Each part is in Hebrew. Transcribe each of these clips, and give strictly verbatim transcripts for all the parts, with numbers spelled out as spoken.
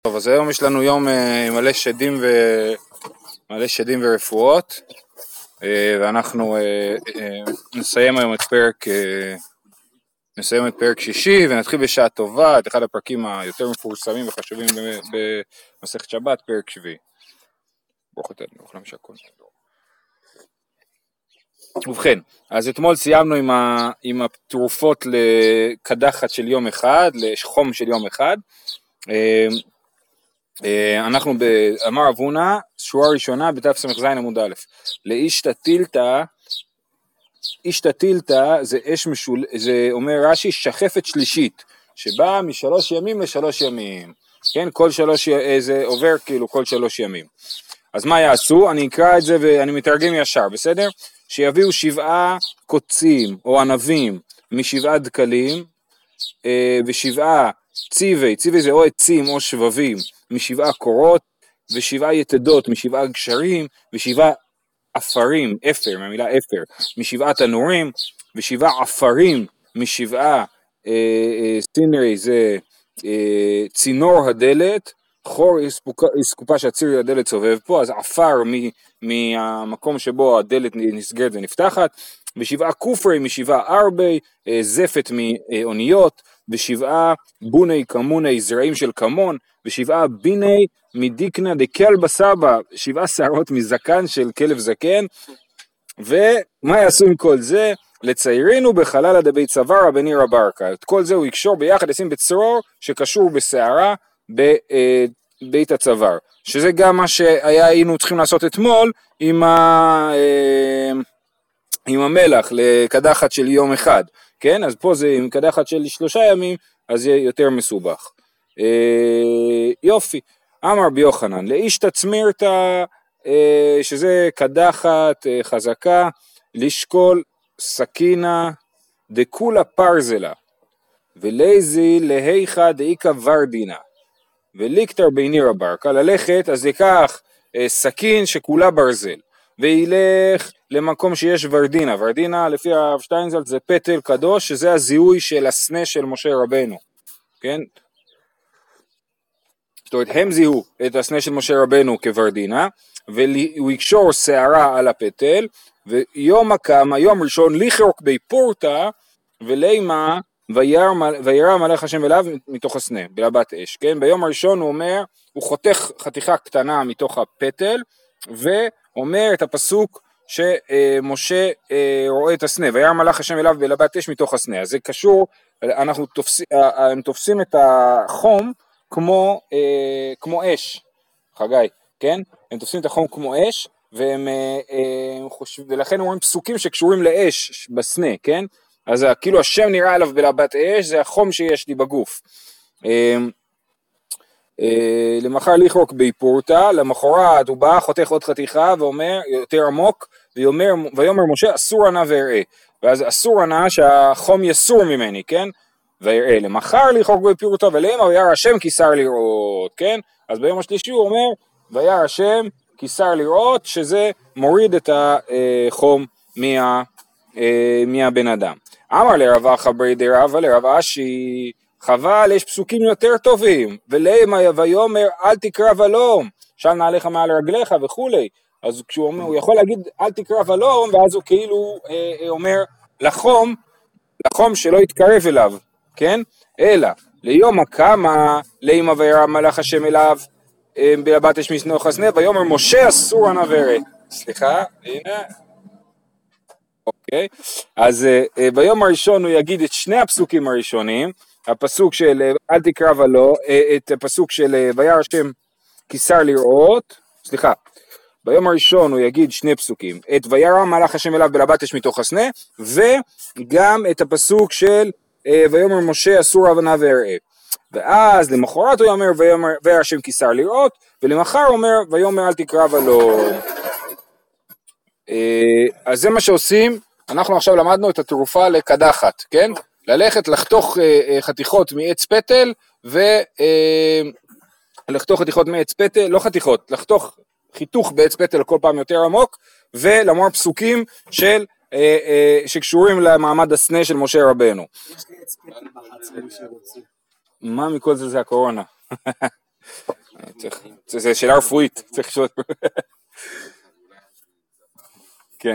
טוב, אז היום יש לנו יום מלא שדים ו... מלא שדים ורפואות, ואנחנו נסיים היום את פרק, נסיים את פרק שישי, ונתחיל בשעה טובה, את אחד הפרקים היותר מפורסמים וחשובים במסכת שבת, פרק שביעי. ברוך אתה, ברוך להם שהכל. ובכן, אז אתמול סיימנו עם, ה... עם התרופות לקדחת של יום אחד, לחום של יום אחד, אנחנו באמר אבונה, שורה ראשונה בתף סמך זין עמוד א', לאיש תטילתא, איש תטילתא זה אש משול, זה אומר רש"י שחפת שלישית, שבאה משלוש ימים לשלוש ימים, כן, כל שלוש, זה עובר כאילו כל שלוש ימים. אז מה יעשו? אני אקרא את זה ואני מתרגם ישר, בסדר? שיביאו שבעה קוצים או ענבים משבעה דקלים, ושבעה ציווי, ציווי זה או עצים או שבבים, משבעה קורות, ושבעה יתדות משבעה גשרים, ושבעה אפרים, אפר, מהמילה אפר, משבעה תנורים, ושבעה אפרים משבעה אה, אה, סינרי, זה אה, צינור הדלת, חור אסקופה שהציר הדלת סובב פה, אז אפר מהמקום שבו הדלת נסגרת ונפתחת, ושבעה כופרי משבעה ארבי, אה, זפת מאוניות, ושבעה בוני כמוני זרעים של כמון, ושבעה ביני מדיקנה דקלבה סבא, שבעה שערות מזקן של כלב זקן. ומה יעשו עם כל זה? לציירינו בחלל הדבי צווארה בניר הברקה. את כל זה הוא יקשור ביחד, ישים בצרור שקשור בשערה בבית הצוואר, שזה גם מה שהיינו צריכים לעשות אתמול עם, ה... עם המלח לקדחת של יום אחד, כן? אז פה זה עם קדחת של שלושה ימים, אז זה יותר מסובך. אה, יופי, אמר ביוחנן, לאיש תצמירתא, אה, שזה קדחת אה, חזקה, לשקול סכינה דקולה פרזלה, ולייזי להיכה דאיקה ורדינה, וליקטר ביניר הברקה, ללכת, אז ייקח אה, סכין שכולה ברזל, וילך למקום שיש ורדינה, ורדינה לפי הרב שטיינזלץ זה פטל קדוש, שזה הזיהוי של הסנה של משה רבנו, כן? זאת אומרת, הם זיהו את הסנה של משה רבנו כוורדינה, והוא יקשור שערה על הפטל, ויום הקם, היום ראשון, ליחרוק בי פורטה, ולימה, וירא מלאך השם אליו מתוך הסנה, בלבת אש, כן? ביום הראשון הוא אומר, הוא חותך חתיכה קטנה מתוך הפטל, ואומר את הפסוק, שמשה רואה את הסנה, וירא מלאך השם אליו בלבת אש מתוך הסנה. אז זה קשור, אנחנו תופסים, הם תופסים את החום כמו, כמו אש, חגי, כן? הם תופסים את החום כמו אש, והם חושבים, ולכן אומרים פסוקים שקשורים לאש בסנה, כן? אז כאילו השם נראה עליו בלבת אש, זה החום שיש לי בגוף. למחר ליחרוק ביפורתא, למחרת הוא בא, חותך עוד חתיכה ואומר יותר עמוק, ויאמר, ויאמר משה אסור ענה ויראה, ואז אסור ענה שהחום יסור ממני, כן? ויראה, למחר ליחרוק ביפורתא ולמה וירא השם כיסר לראות, כן? אז ביום השלישי הוא אומר וירא השם כיסר לראות, שזה מוריד את החום מה, מהבן אדם. אמר לרב אחא ברי דרבא לרב אשי, חבל, יש פסוקים יותר טובים, ולמה ויאמר אל תקרא ולום, של נעליך מעל רגליך וכולי. אז כשהוא אומר, הוא יכול להגיד אל תקרא ולום, ואז הוא כאילו אה, אומר לחום, לחום שלא יתקרב אליו, כן? אלא ליום הקמה, לימה וירא מלאך השם אליו, אה, בלבת אש מתוך הסנה, ויאמר משה אסור ענה ויראה. סליחה, הנה. אוקיי, אז אה, ביום הראשון הוא יגיד את שני הפסוקים הראשונים, הפסוק של אל תקרא ולא, את הפסוק של וירא השם כיסר לראות, סליחה, ביום הראשון הוא יגיד שני פסוקים, את וירא מלאך השם אליו בלבת אש מתוך הסנה, וגם את הפסוק של ויאמר משה אסור ענה ויראה. ואז למחרת הוא אומר וירא השם כיסר לראות, ולמחר הוא אומר ויאמר אל תקרא ולא. אז זה מה שעושים, אנחנו עכשיו למדנו את התרופה לקדחת, כן? ללכת לחתוך חתיכות מעץ פטל, ולחתוך חתיכות מעץ פטל, לא חתיכות, לחתוך חיתוך בעץ פטל כל פעם יותר עמוק, ולאמר פסוקים של, שקשורים למעמד הסנה של משה רבנו. מה מכל זה זה הקורונה? זה שאלה רפואית, צריך לשאול. כן.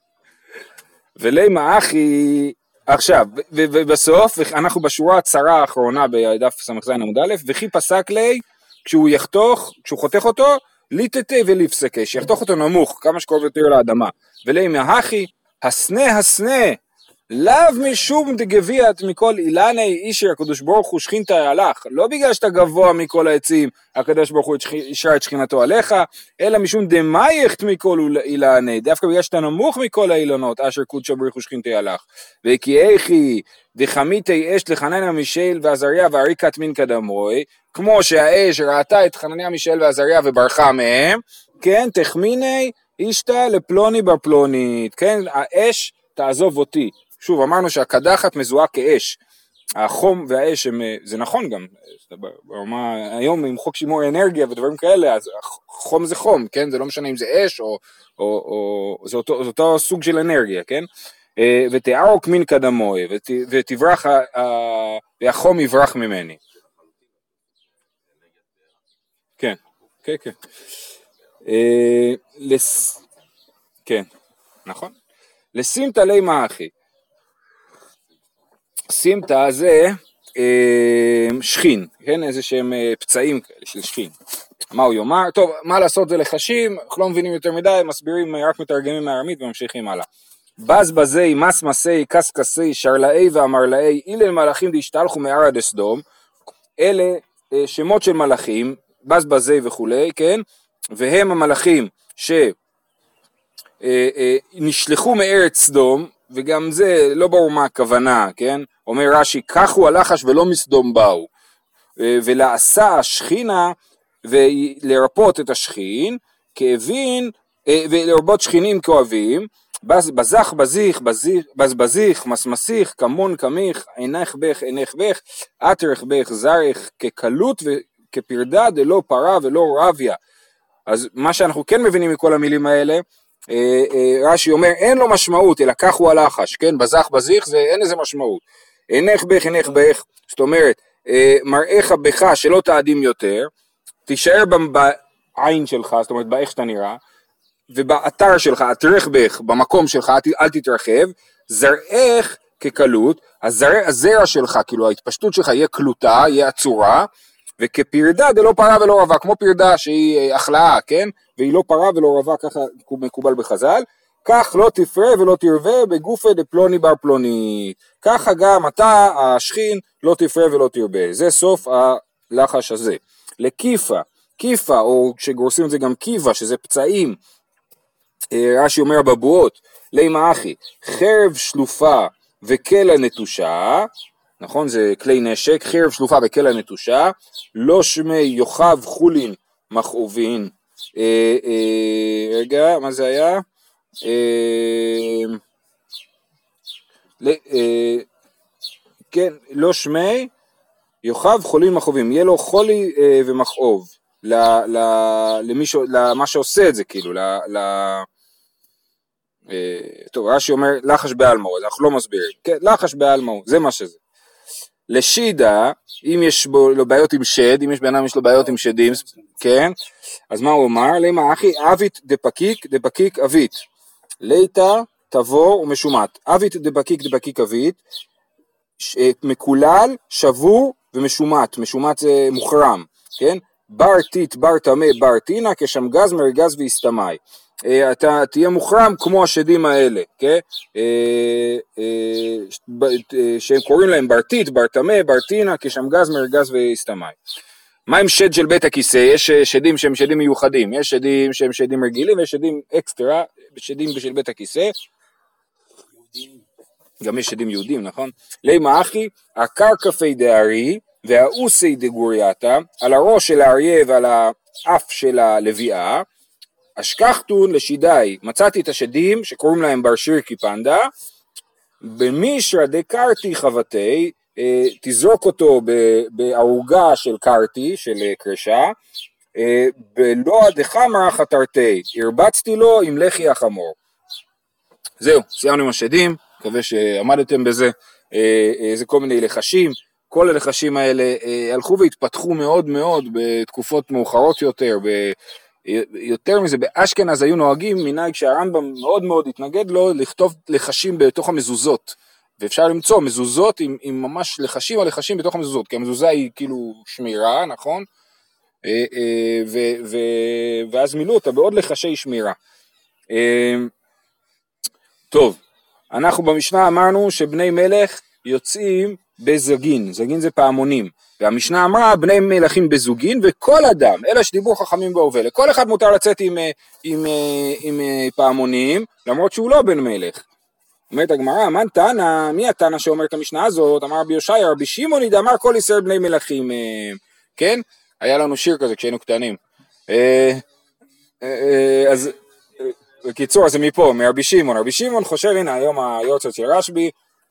ולמה אחי, עכשיו, ובסוף, אנחנו בשורה הצרה האחרונה בדף סמ"ז עמוד א', וכי פסק לי, כשהוא יחתוך, כשהוא חותך אותו, ליטטי וליפסקי, שיחתוך אותו נמוך, כמה שקרוב יותר לאדמה. ולמה אחי, הסנה הסנה, לאו משום דגביית מכל אילני אישר הקדוש ברוך הוא שכינתה הלך, לא בגלל שאתה גבוה מכל העצים, הקדוש ברוך הוא אישר את שכינתו עליך, אלא משום דמייכת מכל אילני, דווקא בגלל שאתה נמוך מכל האילונות, אשר קודשא בריך הוא שכינתה הלך, וכי איכי דחמיתי אש לחנניה מישאל ועזריה ועריקת מן קדמוי, כמו שהאש ראתה את חנניה מישאל ועזריה וברחה מהם, כן, תחמיני אישתה לפלוני בפלונית, כן, האש תעזוב אותי. שוב, אמרנו שהקדחת מזוהה כאש, החום והאש, הם, זה נכון גם, ברמה, היום עם חוק שימור אנרגיה ודברים כאלה, אז חום זה חום, כן? זה לא משנה אם זה אש או, או, או זה, אותו, זה אותו סוג של אנרגיה, כן? ותערוק מן קדמוי, ות, ותברח, והחום יברח ממני. כן, כן, כן. לס... כן, נכון. לסימתא לימה אחי. סימתא זה אה, שכין, כן? איזה שהם אה, פצעים כאלה של שכין. מה הוא יאמר? טוב, מה לעשות זה לחשים, אנחנו לא מבינים יותר מדי, מסבירים, רק מתרגמים מהארמית וממשיכים הלאה. בז בזי, מס מסי, קס קסי, שרלאי ואמרלאי, אילל מלאכים דשתלחו מערא דסדום, אלה אה, שמות של מלאכים, בז בזי וכולי, כן? והם המלאכים ש... נשלחו מארץ סדום, וגם זה לא ברור מה הכוונה, כן? אומר רש"י, כך הוא הלחש ולא מסדום באו, ולעשה השכינה, ולרפות את השכין, כאבין, ולרבות שכינים כאוהבים, בזך בזיך, בזבזיך, מסמסיך, כמון כמיך, עינך בך, עינך בך, עטרך בך, זרך, כקלות וכפרדה, דלא פרה ולא רביה. אז מה שאנחנו כן מבינים מכל המילים האלה, רש"י אומר אין לו משמעות אלא כך הוא הלחש, כן, בזך בזיך זה אין איזה משמעות, עינך בך עינך בך, זאת אומרת מראיך בך שלא תאדים יותר, תישאר בעין שלך, זאת אומרת באיך שאתה נראה, ובאתר שלך, אתרך בך, במקום שלך אל תתרחב, זרעך כקלות, הזרע, הזרע שלך, כאילו ההתפשטות שלך יהיה קלוטה, יהיה עצורה, וכפרדה זה לא פרה ולא רבה, כמו פרדה שהיא החלאה, כן? והיא לא פרה ולא רבה, ככה מקובל בחז"ל, כך לא תפרה ולא תרבה בגופי דפלוני בר פלוני, ככה גם אתה השכין לא תפרה ולא תרבה, זה סוף הלחש הזה. לקיפה, קיפה, או כשגורסים את זה גם קיבה, שזה פצעים, רש"י אומר בבואות, לימה אחי, חרב שלופה וקלע נטושה, נכון, זה כלי נשק, חרב שלופה וקלע נטושה, לא שמי יוכב חולין מכאובין, אה, אה, רגע, מה זה היה? אה, אה, כן, לא שמי יוכב חולין מכאובים, יהיה לו חולי אה, ומכאוב, ל, ל, למישהו, למה שעושה את זה, כאילו, ל... ל אה, טוב, רש"י אומר לחש בעלמא, אז אנחנו לא מסבירים, כן, לחש בעלמא, זה מה שזה. לשידה, אם יש בו לו בעיות עם שד, אם יש בעינם יש לו בעיות עם שדים, כן, אז מה הוא אומר? למה אחי, אבית דפקיק, דפקיק אבית, ליטה, תבור ומשומט, אבית דפקיק, דפקיק אבית, מקולל, שבור ומשומט, משומט זה מוחרם, כן, בר תית, בר תמה, בר תינה, כשמגז מרגז והסתמי, אתה תהיה מוחרם כמו השדים האלה, כן? שהם קוראים להם ברתית, ברתמה, ברתינה, כשמגז, מרגז והסתמי. מה עם שד של בית הכיסא? יש שדים שהם שדים מיוחדים, יש שדים שהם שדים רגילים, ויש שדים אקסטרה, שדים של בית הכיסא. גם יש שדים יהודים, נכון? לימה אחי, הקרקפי דארי והאוסי דגורייתה, על הראש של האריה ועל האף של הלוויה, אשכחתון לשידאי, מצאתי את השדים שקוראים להם בר שירקי פנדה, במישרא דקרתי חבטי, אה, תזרוק אותו בערוגה של קרתי, של קרשה, אה, בלוע דחמרה חתרתי, הרבצתי לו עם לחי החמור. זהו, סיימנו עם השדים, מקווה שעמדתם בזה, אה, אה, זה כל מיני לחשים, כל הלחשים האלה הלכו והתפתחו מאוד מאוד בתקופות מאוחרות יותר, ב... יותר מזה, באשכנז היו נוהגים מנהג שהרמב"ם מאוד מאוד התנגד לו לכתוב לחשים בתוך המזוזות, ואפשר למצוא מזוזות עם, עם ממש לחשים על לחשים בתוך המזוזות, כי המזוזה היא כאילו שמירה, נכון? ו, ו, ואז מילאו אותה בעוד לחשי שמירה. טוב, אנחנו במשנה אמרנו שבני מלך יוצאים בזגין, זגין זה פעמונים, והמשנה אמרה בני מלכים בזוגין וכל אדם, אלה שדיברו חכמים בהווה, לכל אחד מותר לצאת עם, עם, עם, עם פעמונים, למרות שהוא לא בן מלך. אומרת הגמרא, מן תנא, מי התנא שאומר את המשנה הזאת? אמר רבי יושעיה, רבי שמעון דאמר כל ישראל בני מלכים, כן? היה לנו שיר כזה כשהיינו קטנים. אז בקיצור, זה מפה, מרבי שמעון. רבי שמעון חושב, הנה היום היורצייט של רשב"י,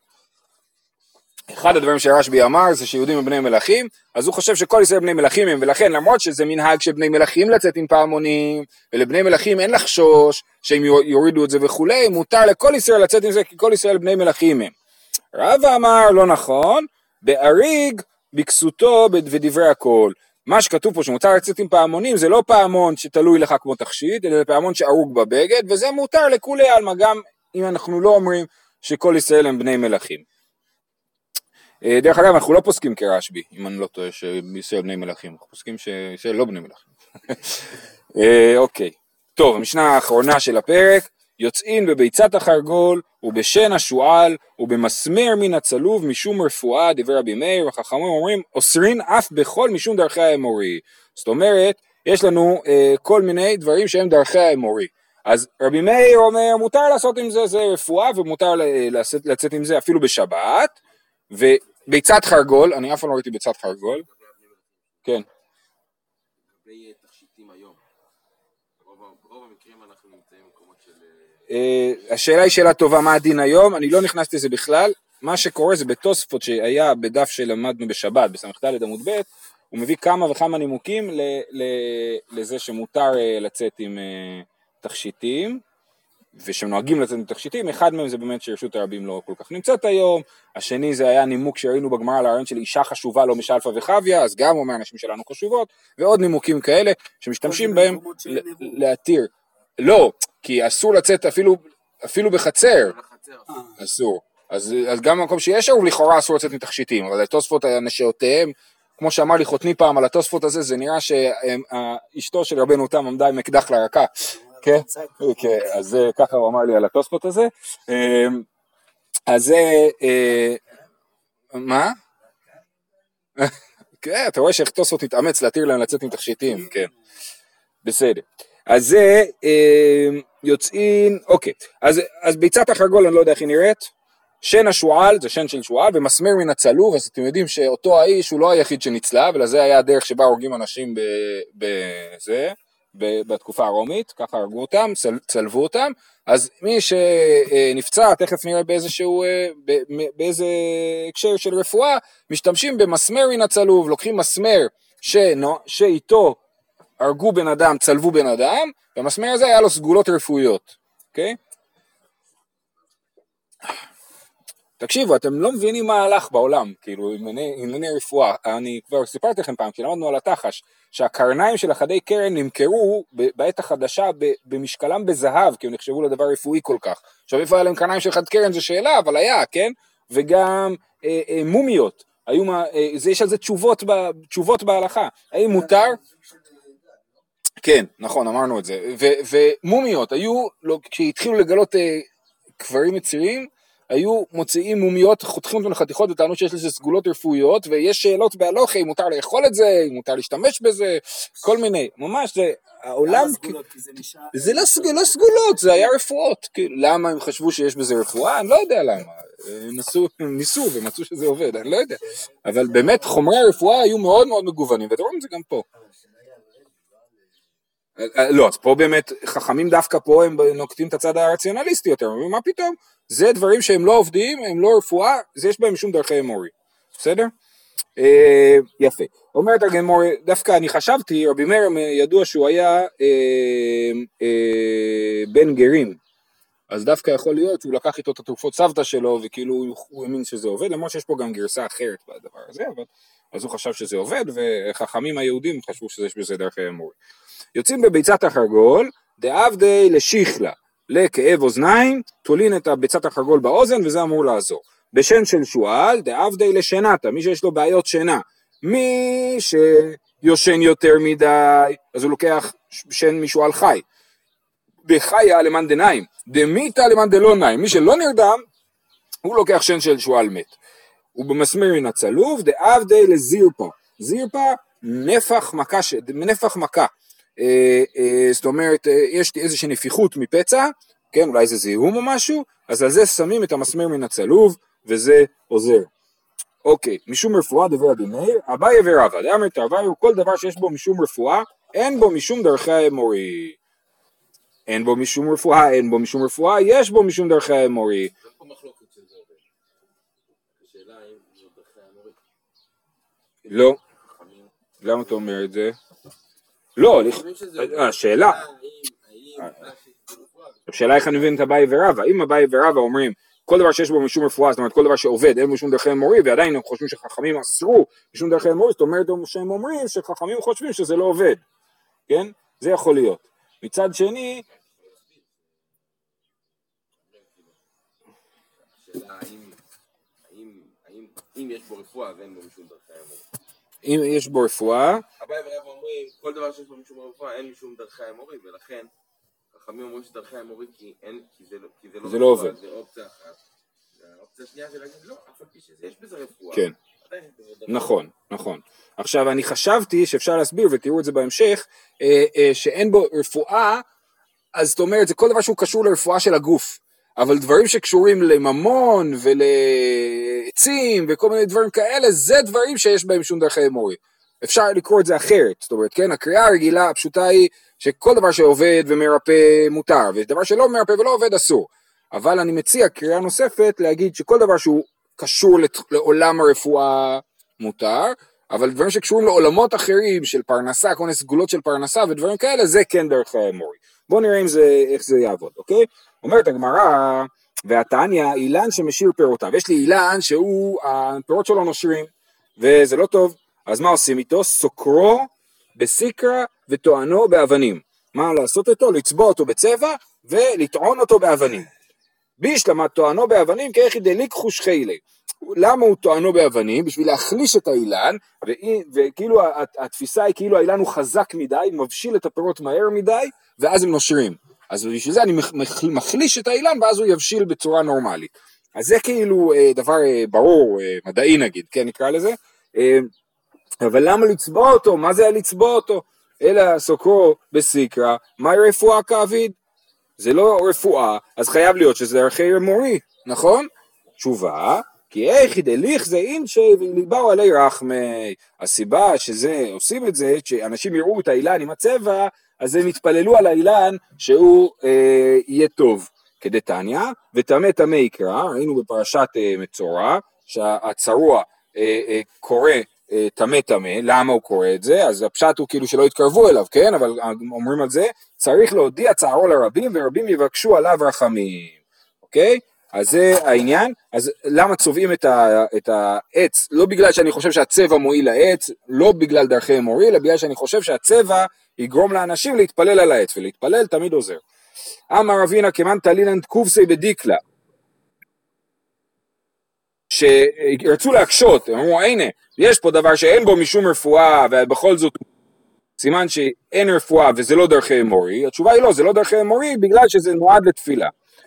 אחד הדברים שרשב"י אמר זה שיהודים הם בני מלכים, אז הוא חושב שכל ישראל בני מלכים הם, ולכן למרות שזה מנהג שבני מלכים לצאת עם פעמונים, ולבני מלכים אין לחשוש שהם יורידו את זה וכולי, מותר לכל ישראל לצאת עם זה, כי כל ישראל בני מלכים הם. רבא אמר לא נכון, באריג בכסותו ודברי הכל. מה שכתוב פה שמותר לצאת עם פעמונים, זה לא פעמון שתלוי לך כמו תכשיט, אלא פעמון שארוג בבגד, וזה מותר לכולי עלמא, גם אם אנחנו לא אומרים שכל ישראל הם בני מלכים. דרך אגב, אנחנו לא פוסקים כרשב"י, אם אני לא טועה שישראל בני מלכים, אנחנו פוסקים שישראל לא בני מלכים. אוקיי, טוב, המשנה האחרונה של הפרק, יוצאים בביצת החרגול ובשן השועל ובמסמר מן הצלוב משום רפואה, דברי רבי מאיר, וחכמים אומרים, אוסרין אף בכל משום דרכי האמורי. זאת אומרת, יש לנו אה, כל מיני דברים שהם דרכי האמורי. אז רבי מאיר אומר, מותר לעשות עם זה, זה רפואה, ומותר לצאת, לצאת עם זה אפילו בשבת, וביצת חרגול, אני אף פעם לא ראיתי ביצת חרגול. כן. לגבי תכשיטים היום, רוב המקרים אנחנו נמצאים במקומות של... השאלה היא שאלה טובה, מה הדין היום? אני לא נכנסתי לזה בכלל. מה שקורה זה בתוספות שהיה בדף שלמדנו בשבת, בסמ"ד עמוד ב', הוא מביא כמה וכמה נימוקים לזה שמותר לצאת עם תכשיטים, ושנוהגים לצאת עם תכשיטים. אחד מהם זה באמת שרשות הרבים לא כל כך נמצאת היום, השני זה היה נימוק שראינו בגמרא על הרעיון של אישה חשובה לא משלפה וחביה, אז גם אומר אנשים שלנו חשובות, ועוד נימוקים כאלה שמשתמשים בהם להתיר. לא, כי אסור לצאת אפילו, אפילו בחצר, אסור. אז, אז גם במקום שיש ערוב לכאורה אסור לצאת מתכשיטים, אבל התוספות נשאותיהם, כמו שאמר לי חותני פעם על התוספות הזה, זה נראה שאשתו של רבנו תם עמדה עם אקדח לרקה. כן, כן, אז ככה הוא אמר לי על התוספות הזה. אז זה, מה? כן, אתה רואה שאיך תוספות נתאמץ להתיר להם לצאת עם תכשיטים, כן. בסדר. אז זה יוצאים, אוקיי, אז, אז ביצת החרגול אני לא יודע איך היא נראית, שן השועל, זה שן של שועל, ומסמר מן הצלוב, אז אתם יודעים שאותו האיש הוא לא היחיד שנצלה, ולזה היה הדרך שבה הורגים אנשים בזה, בתקופה הרומית, ככה הרגו אותם, צל, צלבו אותם, אז מי שנפצע, תכף נראה באיזשהו, באיזה הקשר של רפואה, משתמשים במסמר מן הצלוב, לוקחים מסמר שנו, שאיתו הרגו בן אדם, צלבו בן אדם, והמסמר הזה היה לו סגולות רפואיות, אוקיי? תקשיבו, אתם לא מבינים מה הלך בעולם, כאילו, ענייני רפואה. אני כבר סיפרתי לכם פעם, כי למדנו על התחש, שהקרניים של החדי קרן נמכרו בעת החדשה במשקלם בזהב, כי הם נחשבו לדבר רפואי כל כך. עכשיו, איפה היה להם קרניים של חד קרן, זה שאלה, אבל היה, כן? וגם אה, אה, מומיות, היו, אה, זה, יש על זה תשובות, ב, תשובות בהלכה. האם מותר? כן, נכון, אמרנו את זה. ו, ומומיות, היו, לא, כשהתחילו לגלות אה, קברים יצירים, היו מוציאים מומיות, חותכים אותם לחתיכות וטענו שיש לזה סגולות רפואיות, ויש שאלות בהלוכה, אם מותר לאכול את זה, אם מותר להשתמש בזה, כל מיני, ממש זה, העולם, זה לא סגולות, זה היה רפואות, למה הם חשבו שיש בזה רפואה? אני לא יודע למה, ניסו ומצאו שזה עובד, אני לא יודע, אבל באמת חומרי הרפואה היו מאוד מאוד מגוונים, ואתם רואים את זה גם פה. לא, אז פה באמת חכמים דווקא פה הם נוקטים את הצד הרציונליסטי יותר, מה פתאום? זה דברים שהם לא עובדים, הם לא רפואה, זה יש בהם שום דרכי אמורי, בסדר? אה, יפה. אומרת הגמורי, דווקא אני חשבתי, רבי מאיר ידוע שהוא היה אה, אה, בן גרים, אז דווקא יכול להיות שהוא לקח איתו את התרופות סבתא שלו, וכאילו הוא האמין שזה עובד, למרות שיש פה גם גרסה אחרת בדבר הזה, אבל אז הוא חשב שזה עובד, וחכמים היהודים חשבו שיש בזה דרכי אמורי. יוצאים בביצת החרגול, דאבדי לשיחלה, לכאב אוזניים, תולין את ביצת החרגול באוזן, וזה אמור לעזור. בשן של שועל, דאבדי לשנתה, מי שיש לו בעיות שינה, מי שיושן יותר מדי, אז הוא לוקח שן משועל חי. בחיה למען דניים, דמיתה למען דלא ניים, מי שלא נרדם, הוא לוקח שן של שועל מת. ובמסמר מן הצלוב, דאבדי לזירפה, זירפה נפח מכה, נפח מכה, אה, אה, זאת אומרת, אה, יש איזושהי נפיחות מפצע, כן, אולי זה זיהום או משהו, אז על זה שמים את המסמר מן הצלוב, וזה עוזר. אוקיי, משום רפואה דבר רבי מאיר, אביי ורבא, דאמר תרווה, כל דבר שיש בו משום רפואה, אין בו משום דרכי האמורי. אין בו משום רפואה, אין בו משום רפואה, יש בו משום דרכי האמורי. זה פה מחלוקת של זה עובד. השאלה האם זו דרכי האמורי. לא. למה אתה אומר את זה? לא, השאלה. השאלה איך אני מבין את אביי ורבא. אם אביי ורבא אומרים, כל דבר שיש בו משום רפואה, זאת אומרת כל דבר שעובד, אין בו משום דרכי האמורי, ועדיין הם חושבים שחכמים אסרו משום דרכי האמורי, זאת אומרת שהם אומרים שחכמים חושבים שזה לא עובד. כן? זה יכול להיות. מצד שני, השאלה האם יש בו רפואה ואין בו משום דרכי האמורי. אם יש בו רפואה, אביי ורבא אומרים, כל דבר שיש בו משום רפואה אין משום דרכי האמורי, ולכן חכמים אומרים שדרכי האמורי כי זה לא עובד. זה אופציה אחת. האופציה השנייה זה להגיד לא, אף על פי שיש בזה רפואה. כן. נכון, נכון. עכשיו אני חשבתי שאפשר להסביר, ותראו את זה בהמשך, שאין בו רפואה, אז זאת אומרת, זה כל דבר שהוא קשור לרפואה של הגוף, אבל דברים שקשורים לממון ולעצים וכל מיני דברים כאלה, זה דברים שיש בהם שום דרכי אמורי. אפשר לקרוא את זה אחרת, זאת אומרת, כן, הקריאה הרגילה הפשוטה היא שכל דבר שעובד ומרפא מותר, ודבר שלא מרפא ולא עובד אסור. אבל אני מציע קריאה נוספת להגיד שכל דבר שהוא קשור לעולם הרפואה מותר, אבל דברים שקשורים לעולמות אחרים של פרנסה, כל מיני סגולות של פרנסה ודברים כאלה, זה כן דרכי האמורי. בואו נראה אם זה, איך זה יעבוד, אוקיי? אומרת הגמרא, והתניא, אילן שמשאיר פירותיו. יש לי אילן שהוא, הפירות שלו נושרים, וזה לא טוב. אז מה עושים איתו? סוקרו בסיקרה וטוענו באבנים. מה לעשות איתו? לצבוע אותו בצבע ולטעון אותו באבנים. בישלמה טוענו באבנים כאיכי דליקחו שחילי. למה הוא טוענו באבנים? בשביל להחליש את האילן, וכאילו התפיסה היא כאילו האילן הוא חזק מדי, מבשיל את הפירות מהר מדי, ואז הם נושרים. אז בשביל זה אני מחליש את האילן, ואז הוא יבשיל בצורה נורמלית. אז זה כאילו דבר ברור, מדעי נגיד, כן נקרא לזה. אבל למה לצבוע אותו? מה זה היה לצבוע אותו? אלא סוקרו בסיקרה, מהי רפואה כאביד? זה לא רפואה, אז חייב להיות שזה דרכי אמורי, נכון? תשובה, כי איך ידליך זה אינשי וליבאו עלי רחמי. הסיבה שזה, עושים את זה, שאנשים יראו את האילן עם הצבע, אז הם יתפללו על האילן שהוא אה, יהיה טוב. כדתניא, וטמא טמא יקרא, ראינו בפרשת אה, מצורע, שהצרוע אה, אה, קורא אה, טמא טמא, למה הוא קורא את זה? אז הפשט הוא כאילו שלא יתקרבו אליו, כן? אבל אומרים על זה, צריך להודיע צערו לרבים, ורבים יבקשו עליו רחמים. אוקיי? אז זה העניין. אז למה צובעים את, ה, את העץ? לא בגלל שאני חושב שהצבע מועיל לעץ, לא בגלל דרכי אמורי, אלא בגלל שאני חושב שהצבע יגרום לאנשים להתפלל על העץ, ולהתפלל תמיד עוזר. אמר רבינה כמן תלינן תקובסי בדיקלה, שירצו להקשות, הם אמרו הנה, יש פה דבר שאין בו משום רפואה, ובכל זאת סימן שאין רפואה וזה לא דרכי אמורי, התשובה היא לא, זה לא דרכי אמורי, בגלל שזה נועד לתפילה.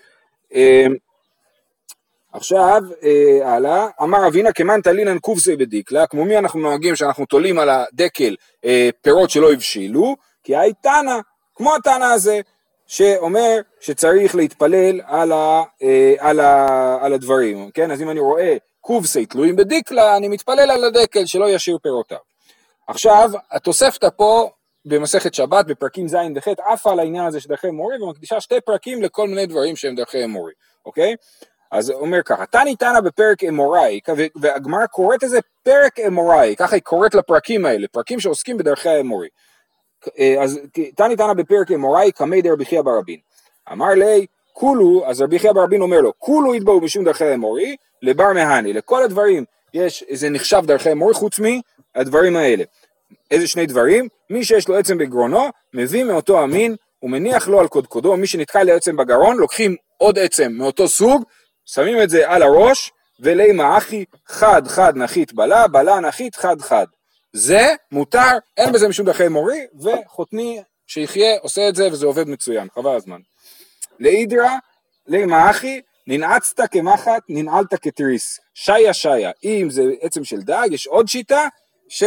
עכשיו, הלאה, אמר רבינה כמן תלינן קובסי בדיקלה, כמו מי אנחנו נוהגים שאנחנו תולים על הדקל פירות שלא הבשילו, כי הייתנה, כמו התנה הזה, שאומר שצריך להתפלל על, ה, על, ה, על הדברים, כן? אז אם אני רואה קובסי תלויים בדיקלה, אני מתפלל על הדקל שלא ישאיר פירותיו. עכשיו, התוספת פה במסכת שבת, בפרקים ז' וח', אף על העניין הזה של דרכי אמורי, ומקדישה שתי פרקים לכל מיני דברים שהם דרכי אמורי, אוקיי? אז אומר ככה, תני תנה בפרק אמוראי, והגמרא קוראת איזה פרק אמוראי, ככה היא קוראת לפרקים האלה, פרקים שעוסקים בדרכי האמורי. אז תני תנה בפרק אמוראי, כמי דר בחייה ברבין. אמר לי, כולו, אז רבי יחיא ברבין אומר לו, כולו יתבעו משום דרכי האמורי, לבר מהני, לכל הדברים יש, זה נחשב דרכי האמורי חוץ מהדברים האלה. איזה שני דברים? מי שיש לו עצם בגרונו, מביא מאותו המין, ומניח לו על קודקודו, מי שנתקע לעצם בגרון, לוקחים עוד עצם מאותו סוג, שמים את זה על הראש, ולימה אחי חד חד נחית בלה, בלה נחית חד חד. זה מותר, אין בזה משום דרכי האמורי, וחותני שיחיה עושה את זה, וזה עובד מצוין, חבל הזמן. לאידרה, לימה אחי, ננעצת כמחת, ננעלת כתריס. שיה שיה, אם זה עצם של דג, יש עוד שיטה, ש...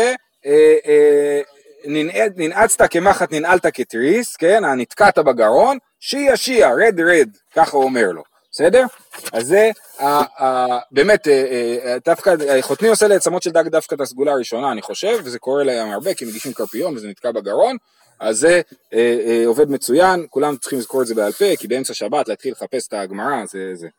ננעצת כמחת ננעלת כתריס, כן, נתקעת בגרון, שיה שיה, רד רד, ככה הוא אומר לו, בסדר? אז זה באמת, דווקא, חותני עושה לעצמות של דג דווקא את הסגולה הראשונה, אני חושב, וזה קורה להם הרבה, כי מגישים קרפיון וזה נתקע בגרון, אז זה עובד מצוין, כולם צריכים לזכור את זה בעל פה, כי באמצע שבת להתחיל לחפש את הגמרא, זה זה.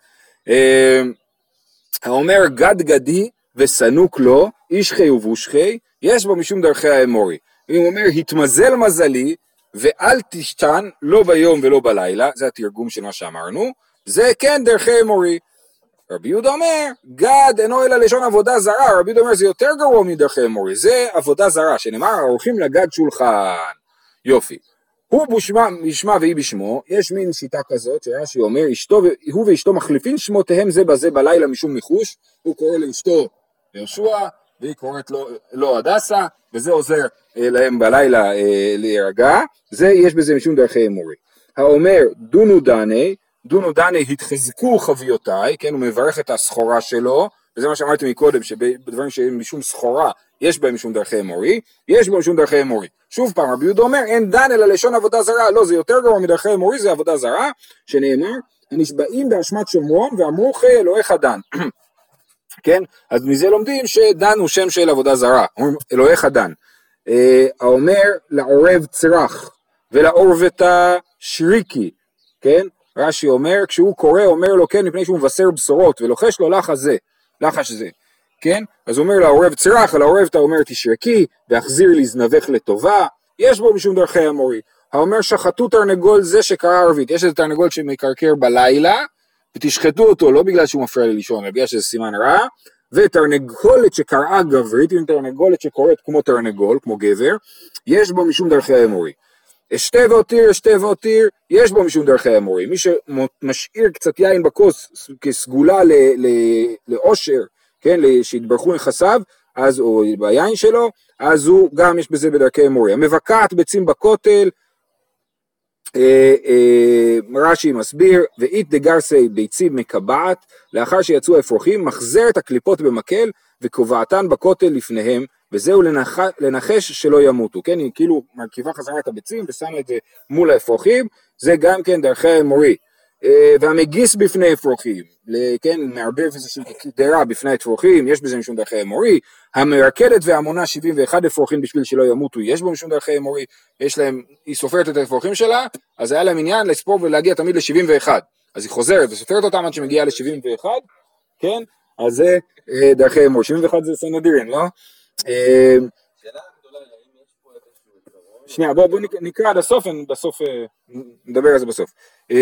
האומר גד גדי וסנוק לו, איש חי ובושחי, יש בו משום דרכי האמורי. הוא אומר, התמזל מזלי, ואל תשתן, לא ביום ולא בלילה, זה התרגום של מה שאמרנו, זה כן דרכי אמורי. רבי יהודה אומר, גד אינו אלא לשון עבודה זרה, רבי יהודה אומר, זה יותר גרוע מדרכי אמורי, זה עבודה זרה, שנאמר, הולכים לגד שולחן. יופי. הוא בשמה והיא בשמו, יש מין שיטה כזאת, שרש"י אומר, אשתו, הוא ואשתו מחליפים שמותיהם זה בזה בלילה משום ניחוש, הוא קורא לאשתו יהושע, והיא קוראת לו, לו הדסה, וזה עוזר אה, להם בלילה אה, להירגע, זה יש בזה משום דרכי אמורי. האומר דונו דני, דונו דני התחזקו חביותיי, כן, הוא מברך את הסחורה שלו, וזה מה שאמרתי מקודם, שבדברים שהם משום סחורה, יש בהם משום דרכי אמורי, יש בהם משום דרכי אמורי. שוב פעם, רבי יהודה אומר, אין דן אלא לשון עבודה זרה, לא, זה יותר גרוע מדרכי אמורי, זה עבודה זרה, שנאמר, הנשבעים באשמת שומרון, ואמרו חי אלוהיך דן. כן? אז מזה לומדים שדן הוא שם של עבודה זרה, אלוהיך דן. האומר לעורב צרח, ולעורבתה שריקי, כן? רש"י אומר, כשהוא קורא, אומר לו, כן, מפני שהוא מבשר בשורות, ולוחש לו לחש זה, לחש זה, כן? אז הוא אומר לעורב צרח, לעורבתה אומר תשרקי, והחזיר לזנבך לטובה, יש בו משום דרכי אמורי. האומר שחטו תרנגול זה שקרא ערבית, יש איזה תרנגול שמקרקר בלילה, ותשחטו אותו, לא בגלל שהוא מפריע לי לישון, אלא בגלל שזה סימן רע, ותרנגולת שקראה גברית, עם תרנגולת שקוראת כמו תרנגול, כמו גבר, יש בו משום דרכי האמורי. אשתה ואותיר, אשתה ואותיר, יש בו משום דרכי האמורי. מי שמשאיר קצת יין בכוס כסגולה לאושר, כן, שהתברכו נכסיו, אז, או ביין שלו, אז הוא גם יש בזה בדרכי האמורי. המבקעת ביצים בכותל, רש"י מסביר, ואית דגרסי ביצים מקבעת, לאחר שיצאו האפרוחים, מחזר את הקליפות במקל, וקובעתן בכותל לפניהם, וזהו לנח... לנחש שלא ימותו, כן, היא כאילו מרכיבה חזרה את הביצים, ושמה את זה מול האפרוחים, זה גם כן דרכי האמורי. והמגיס בפני אפרוחים, כן, מערבב איזושהי קדרה בפני אפרוחים, יש בזה משום דרכי אמורי. המרקדת והמונה שבעים ואחת אפרוחים בשביל שלא ימותו, יש בו משום דרכי אמורי. יש להם, היא סופרת את האפרוחים שלה, אז היה להם עניין לספור ולהגיע תמיד ל-שבעים ואחת, אז היא חוזרת וסופרת אותם עד שמגיעה ל-שבעים ואחת, כן, אז זה דרכי אמורי. שבעים ואחת זה סנהדרין, לא? שנייה, בואו נקרא עד הסוף, בסוף נדבר על זה בסוף.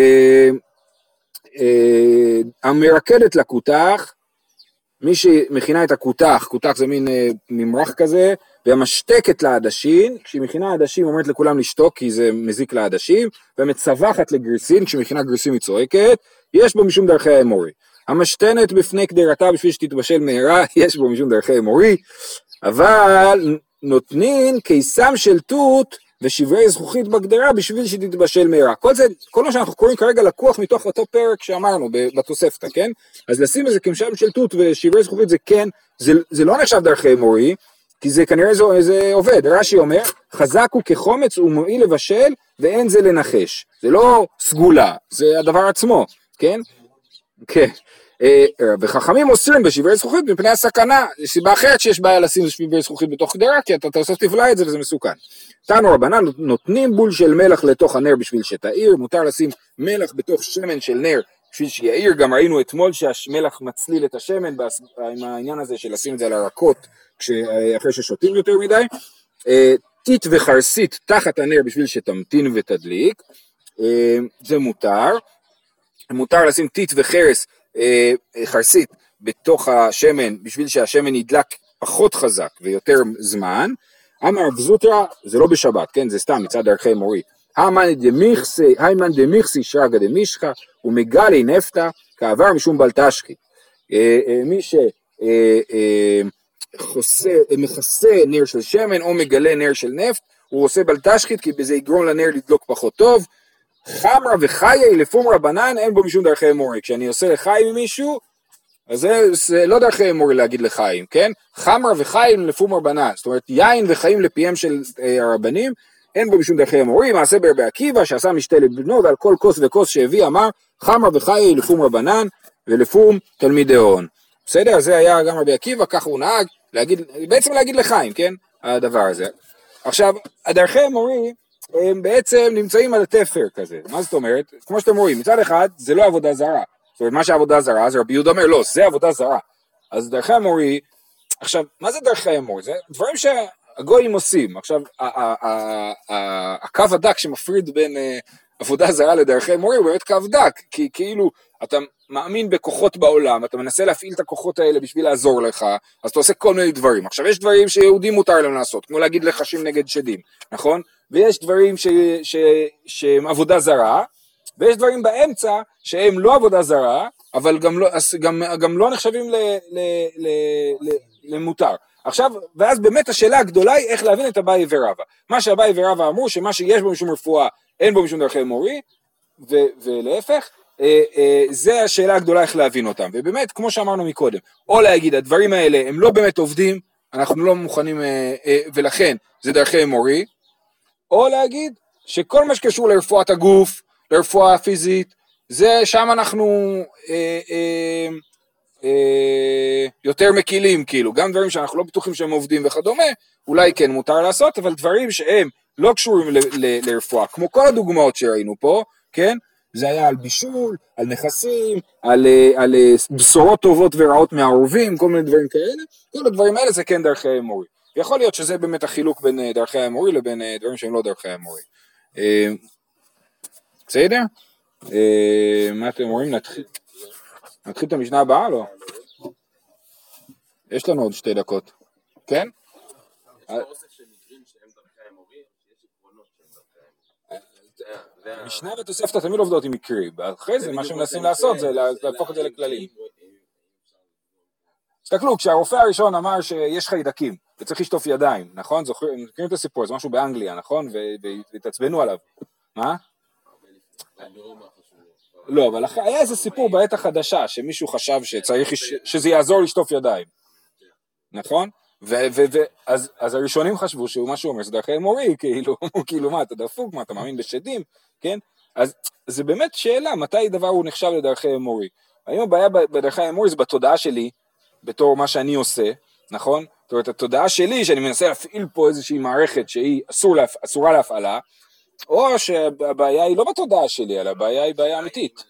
המרקדת לכותח, מי שמכינה את הכותח, כותח זה מין ממרח כזה, והמשתקת לעדשים, כשהיא מכינה עדשים אומרת לכולם לשתוק כי זה מזיק לעדשים, ומצווחת לגריסין, כשמכינה גריסין היא צועקת, יש בו משום דרכי האמורי. המשתנת בפני קדרתה בשביל שתתבשל מהרה, יש בו משום דרכי האמורי, אבל נותנין קיסם של תות ושברי זכוכית בגדרה בשביל שתתבשל מהרה. כל זה, כל מה שאנחנו קוראים כרגע לקוח מתוך אותו פרק שאמרנו בתוספתא, כן? אז לשים איזה קמשם של תות ושברי זכוכית זה כן, זה, זה לא נחשב דרכי אמורי, כי זה כנראה זה, זה עובד. רש"י אומר, חזק הוא כחומץ ומועיל לבשל ואין זה לנחש. זה לא סגולה, זה הדבר עצמו, כן? כן. וחכמים אוסרים בשברי זכוכית מפני הסכנה, יש סיבה אחרת שיש בעיה לשים שברי זכוכית בתוך קדרה, כי אתה תוסף תבלע את זה וזה מסוכן. תנו רבנן, נותנים בול של מלח לתוך הנר בשביל שתאיר, מותר לשים מלח בתוך שמן של נר בשביל שיאיר, גם ראינו אתמול שהמלח מצליל את השמן עם העניין הזה של לשים את זה על הרקות אחרי ששותים יותר מדי. טיט וחרסית תחת הנר בשביל שתמתין ותדליק, זה מותר. מותר לשים טיט וחרס, אה, חרסית, בתוך השמן, בשביל שהשמן ידלק פחות חזק ויותר זמן. אמר רב זוטרא, זה לא בשבת, כן, זה סתם מצד דרכי מורי. היימן דמיכסי שרגא דמישחא ומגלי נפתא כעבר משום בלטשחי. מי שמכסה נר של שמן או מגלה נר של נפט, הוא עושה בלטשחית כי בזה יגרום לנר לדלוק פחות טוב. חמרה וחיי לפום רבנן אין בו משום דרכי מורי. כשאני עושה לחיים עם מישהו, אז זה, זה לא דרכי מורי להגיד לחיים, כן? חמרה וחיים לפום רבנן, זאת אומרת יין וחיים לפיהם של אה, הרבנים, אין בו משום דרכי מורי. מעשה ברבי עקיבא שעשה משתה לבנו, ועל כל כוס וכוס שהביא אמר חמרה וחיי לפום רבנן ולפום תלמידי הון. בסדר? זה היה גם רבי עקיבא, ככה הוא נהג, להגיד, בעצם להגיד לחיים, כן? הדבר הזה. עכשיו, הדרכי מורי, הם בעצם נמצאים על התפר כזה. מה זאת אומרת? כמו שאתם רואים, מצד אחד, זה לא עבודה זרה. זאת אומרת, מה שעבודה זרה, אז רבי יהודה אומר, לא, זה עבודה זרה. אז דרכי המורי, עכשיו, מה זה דרכי המורי? זה דברים שהגויים עושים. עכשיו, הקו הדק שמפריד בין עבודה זרה לדרכי מורי, הוא באמת קו דק, כי כאילו, אתה מאמין בכוחות בעולם, אתה מנסה להפעיל את הכוחות האלה בשביל לעזור לך, אז אתה עושה כל מיני דברים. עכשיו, יש דברים שיהודים מותר להם לעשות, כמו להגיד לחשים נגד שדים, נכון? ויש דברים ש, ש, שהם עבודה זרה, ויש דברים באמצע שהם לא עבודה זרה, אבל גם לא, גם, גם לא נחשבים ל, ל, ל, ל, למותר. עכשיו, ואז באמת השאלה הגדולה היא איך להבין את אביי ורבא. מה שאביי ורבא אמרו, שמה שיש בו משום רפואה, אין בו משום דרכי מורי, ו, ולהפך, אה, אה, זה השאלה הגדולה איך להבין אותם. ובאמת, כמו שאמרנו מקודם, או להגיד, הדברים האלה הם לא באמת עובדים, אנחנו לא מוכנים, אה, אה, ולכן זה דרכי מורי, או להגיד שכל מה שקשור לרפואת הגוף, לרפואה הפיזית, זה שם אנחנו אה, אה, אה, יותר מקילים, כאילו, גם דברים שאנחנו לא בטוחים שהם עובדים וכדומה, אולי כן מותר לעשות, אבל דברים שהם לא קשורים ל, ל, לרפואה, כמו כל הדוגמאות שראינו פה, כן? זה היה על בישול, על נכסים, על, על בשורות טובות ורעות מהעורבים, כל מיני דברים כאלה, כל הדברים האלה זה כן דרכי מורי. יכול להיות שזה באמת החילוק בין דרכי המורי לבין דברים שהם לא דרכי המורי. בסדר? מה אתם אומרים? נתחיל נתחיל את המשנה הבאה? לא. יש לנו עוד שתי דקות. כן? יש לו אוסף של מקרים שהם דרכי המורי, יש עקרונות שהם דרכי המורי. המשנה ותוספתא תמיד עובדות עם מקרים, ואחרי זה מה שמנסים לעשות זה להפוך את זה לכללים. תסתכלו, כשהרופא הראשון אמר שיש חיידקים וצריך לשטוף ידיים, נכון? זוכרים את הסיפור, זה משהו באנגליה, נכון? והתעצבנו עליו. מה? לא, אבל היה איזה סיפור בעת החדשה, שמישהו חשב שצריך, שזה יעזור לשטוף ידיים. נכון? ואז הראשונים חשבו שהוא משהו אומר, זה דרכי מורי, כאילו מה, אתה דפוק, מה, אתה מאמין בשדים, כן? אז זה באמת שאלה, מתי דבר הוא נחשב לדרכי מורי? היום הבעיה בדרכי המורי זה בתודעה שלי, בתור מה שאני עושה, נכון? זאת אומרת, התודעה שלי, שאני מנסה להפעיל פה איזושהי מערכת שהיא אסור להפ... אסורה להפעלה, או שהבעיה היא לא בתודעה שלי, אלא הבעיה היא בעיה אמיתית.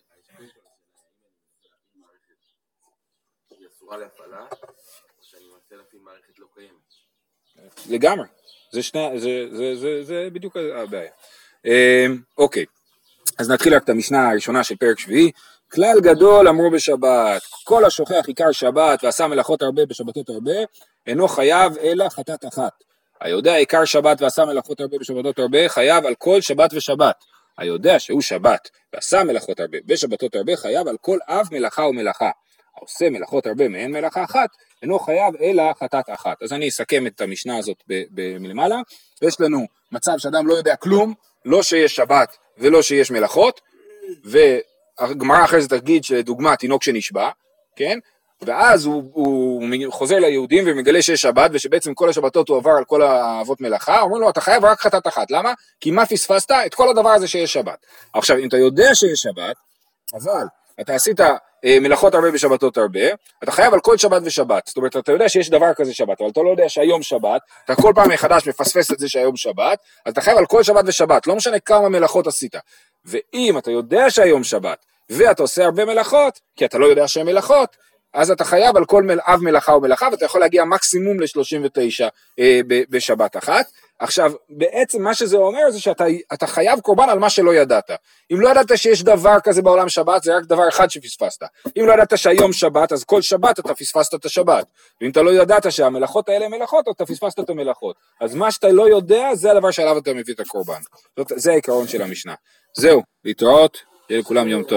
היא אסורה להפעלה, או שאני מנסה להפעיל מערכת לא קיימת? לגמרי. זה שני, זה, זה, זה, זה בדיוק הבעיה. אוקיי. אז נתחיל רק את המשנה הראשונה של פרק שביעי. כלל גדול אמרו בשבת, כל השוכח עיקר שבת ועשה מלאכות הרבה בשבתות הרבה, אינו חייב אלא חטאת אחת. היודע עיקר שבת ועשה מלאכות הרבה בשבתות הרבה, חייב על כל שבת ושבת. היודע שהוא שבת ועשה מלאכות הרבה בשבתות הרבה, חייב על כל אב מלאכה ומלאכה. העושה מלאכות הרבה מעין מלאכה אחת, אינו חייב אלא חטאת אחת. אז אני אסכם את המשנה הזאת מלמעלה. יש לנו מצב שאדם לא יודע כלום, לא שיש שבת ולא שיש מלאכות, והגמרא אחרי זה תגיד שדוגמה תינוק שנשבע, כן? ואז הוא, הוא חוזר ליהודים ומגלה שיש שבת, ושבעצם כל השבתות הוא עבר על כל האבות מלאכה, אומרים לו, אתה חייב רק חטאת אחת. למה? כי מה פספסת? את כל הדבר הזה שיש שבת. עכשיו, אם אתה יודע שיש שבת, אבל אתה עשית אה, מלאכות הרבה בשבתות הרבה, אתה חייב על כל שבת ושבת. זאת אומרת, אתה יודע שיש דבר כזה שבת, אבל אתה לא יודע שהיום שבת, אתה כל פעם מחדש מפספס את זה שהיום שבת, אז אתה חייב על כל שבת ושבת, לא משנה כמה מלאכות עשית. ואם אתה יודע שהיום שבת, ואתה עושה הרבה מלאכות, כי אתה לא יודע שהן מלאכות, אז אתה חייב על כל אב מלאכה ומלאכה, ואתה יכול להגיע מקסימום ל-שלושים ותשע אה, בשבת אחת, עכשיו, בעצם מה שזה אומר זה שאתה אתה חייב קורבן על מה שלא ידעת. אם לא ידעת שיש דבר כזה בעולם שבת, זה רק דבר אחד שפספסת. אם לא ידעת שהיום שבת, אז כל שבת אתה פספסת את השבת. ואם אתה לא ידעת שהמלאכות האלה מלאכות, אתה פספסת את המלאכות. אז מה שאתה לא יודע, זה הדבר שעליו אתה מביא את הקורבן. זאת, זה העיקרון של המשנה. זהו, להתראות, יהיה לכולם יום טוב.